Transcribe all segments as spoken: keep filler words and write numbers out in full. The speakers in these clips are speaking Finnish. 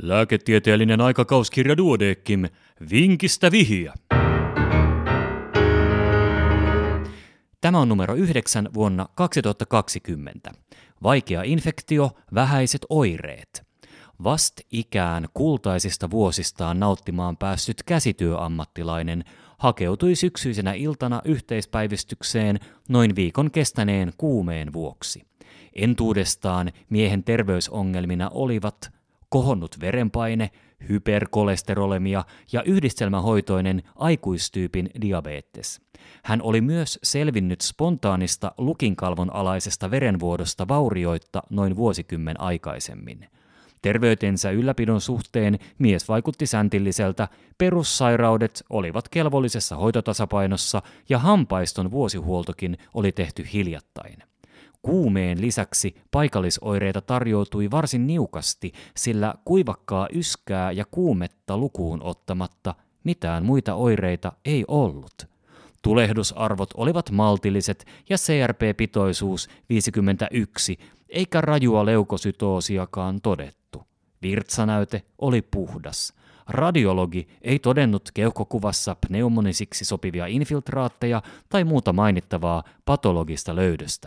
Lääketieteellinen aikakauskirja Duodeckim, vinkistä vihiä. Tämä on numero yhdeksän vuonna kaksituhattakaksikymmentä. Vaikea infektio, vähäiset oireet. Vastikään kultaisista vuosistaan nauttimaan päässyt käsityöammattilainen hakeutui syksyisenä iltana yhteispäivystykseen noin viikon kestäneen kuumeen vuoksi. Entuudestaan miehen terveysongelmina olivat kohonnut verenpaine, hyperkolesterolemia ja yhdistelmähoitoinen aikuistyypin diabetes. Hän oli myös selvinnyt spontaanista lukinkalvon alaisesta verenvuodosta vaurioitta noin vuosikymmen aikaisemmin. Terveytensä ylläpidon suhteen mies vaikutti säntilliseltä, perussairaudet olivat kelvollisessa hoitotasapainossa ja hampaiston vuosihuoltokin oli tehty hiljattain. Kuumeen lisäksi paikallisoireita tarjoutui varsin niukasti, sillä kuivakkaa yskää ja kuumetta lukuun ottamatta mitään muita oireita ei ollut. Tulehdusarvot olivat maltilliset ja C R P-pitoisuus viisikymmentäyksi, eikä rajua leukosytoosiakaan todettu. Virtsanäyte oli puhdas. Radiologi ei todennut keuhkokuvassa pneumonisiksi sopivia infiltraatteja tai muuta mainittavaa patologista löydöstä.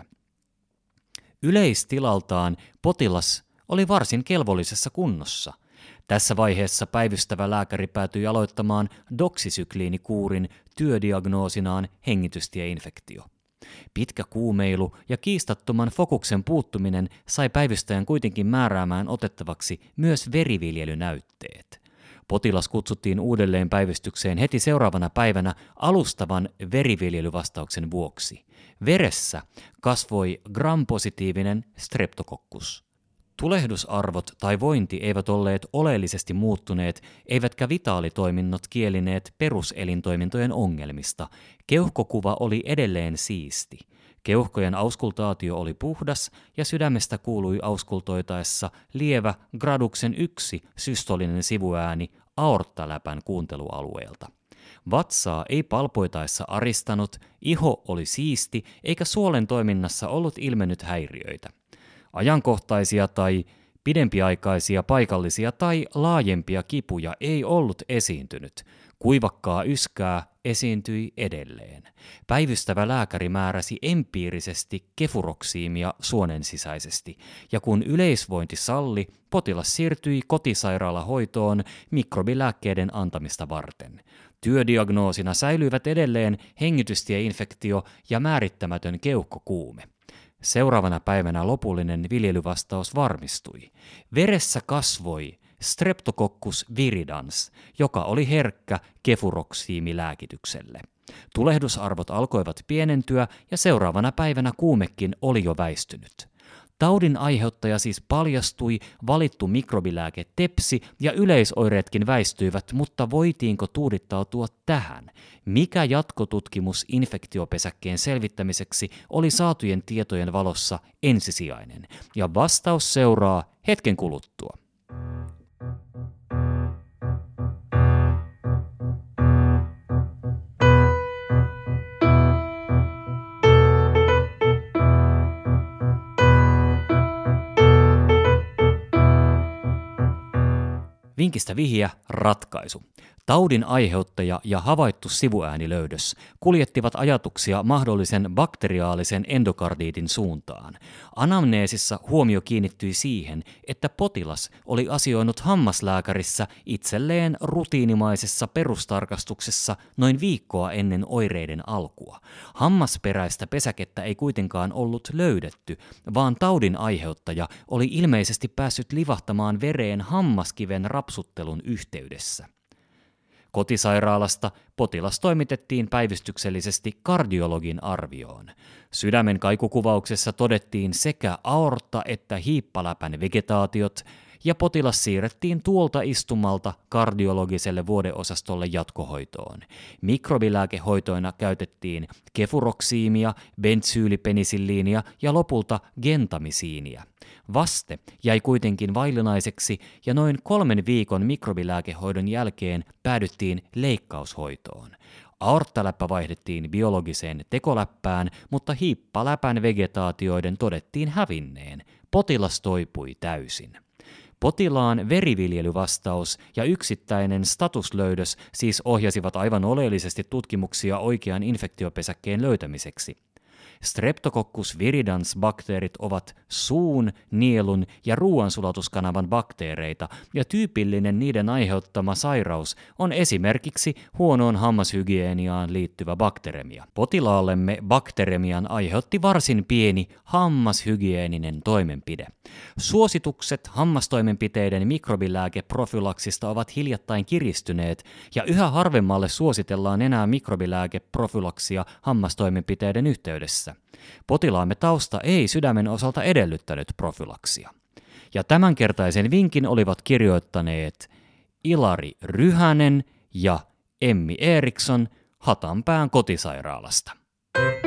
Yleistilaltaan potilas oli varsin kelvollisessa kunnossa. Tässä vaiheessa päivystävä lääkäri päätyi aloittamaan doksisykliinikuurin työdiagnoosinaan hengitystieinfektio. Pitkä kuumeilu ja kiistattoman fokuksen puuttuminen sai päivystäjän kuitenkin määräämään otettavaksi myös veriviljelynäytteet. Potilas kutsuttiin uudelleen päivystykseen heti seuraavana päivänä alustavan veriviljelyvastauksen vuoksi. Veressä kasvoi gram-positiivinen streptokokkus. Tulehdusarvot tai vointi eivät olleet oleellisesti muuttuneet, eivätkä vitaalitoiminnot kielineet peruselintoimintojen ongelmista. Keuhkokuva oli edelleen siisti. Keuhkojen auskultaatio oli puhdas ja sydämestä kuului auskultoitaessa lievä graduksen yksi systolinen sivuääni aorttaläpän kuuntelualueelta. Vatsaa ei palpoitaessa aristanut, iho oli siisti eikä suolen toiminnassa ollut ilmennyt häiriöitä. Ajankohtaisia tai pidempiaikaisia paikallisia tai laajempia kipuja ei ollut esiintynyt. Kuivakkaa yskää esiintyi edelleen. Päivystävä lääkäri määräsi empiirisesti kefuroksiimia suonensisäisesti, ja kun yleisvointi salli, potilas siirtyi kotisairaalahoitoon mikrobilääkkeiden antamista varten. Työdiagnoosina säilyivät edelleen hengitystieinfektio ja määrittämätön keuhkokuume. Seuraavana päivänä lopullinen viljelyvastaus varmistui. Veressä kasvoi Streptococcus viridans, joka oli herkkä kefuroksiimilääkitykselle. Tulehdusarvot alkoivat pienentyä ja seuraavana päivänä kuumekin oli jo väistynyt. Taudin aiheuttaja siis paljastui, valittu mikrobilääke tepsi ja yleisoireetkin väistyivät, mutta voitiinko tuudittautua tähän? Mikä jatkotutkimus infektiopesäkkeen selvittämiseksi oli saatujen tietojen valossa ensisijainen? Ja vastaus seuraa hetken kuluttua. Vinkistä vihiä, ratkaisu. Taudin aiheuttaja ja havaittu sivuäänilöydös kuljettivat ajatuksia mahdollisen bakteriaalisen endokardiitin suuntaan. Anamneesissa huomio kiinnittyi siihen, että potilas oli asioinut hammaslääkärissä itselleen rutiinimaisessa perustarkastuksessa noin viikkoa ennen oireiden alkua. Hammasperäistä pesäkettä ei kuitenkaan ollut löydetty, vaan taudin aiheuttaja oli ilmeisesti päässyt livahtamaan vereen hammaskiven rapsuttelun yhteydessä. Kotisairaalasta potilas toimitettiin päivystyksellisesti kardiologin arvioon. Sydämen kaikukuvauksessa todettiin sekä aortta- että hiippaläpän vegetaatiot, ja potilas siirrettiin tuolta istumalta kardiologiselle vuodeosastolle jatkohoitoon. Mikrobilääkehoitoina käytettiin kefuroksiimia, bentsyylipenicilliiniä ja lopulta gentamisiiniä. Vaste jäi kuitenkin vaillinaiseksi ja noin kolmen viikon mikrobilääkehoidon jälkeen päädyttiin leikkaushoitoon. Aorttaläppä vaihdettiin biologiseen tekoläppään, mutta hiippaläpän vegetaatioiden todettiin hävinneen. Potilas toipui täysin. Potilaan veriviljelyvastaus ja yksittäinen statuslöydös siis ohjasivat aivan oleellisesti tutkimuksia oikean infektiopesäkkeen löytämiseksi. Streptococcus viridans bakteerit ovat suun, nielun ja ruoansulatuskanavan bakteereita, ja tyypillinen niiden aiheuttama sairaus on esimerkiksi huonoon hammashygieniaan liittyvä bakteremia. Potilaallemme bakteremian aiheutti varsin pieni hammashygieninen toimenpide. Suositukset hammastoimenpiteiden mikrobilääkeprofylaksista ovat hiljattain kiristyneet, ja yhä harvemmalle suositellaan enää mikrobilääkeprofylaksia hammastoimenpiteiden yhteydessä. Potilaamme tausta ei sydämen osalta edellyttänyt profylaksia. Ja tämänkertaisen vinkin olivat kirjoittaneet Ilari Ryhänen ja Emmi Eriksson Hatanpään kotisairaalasta.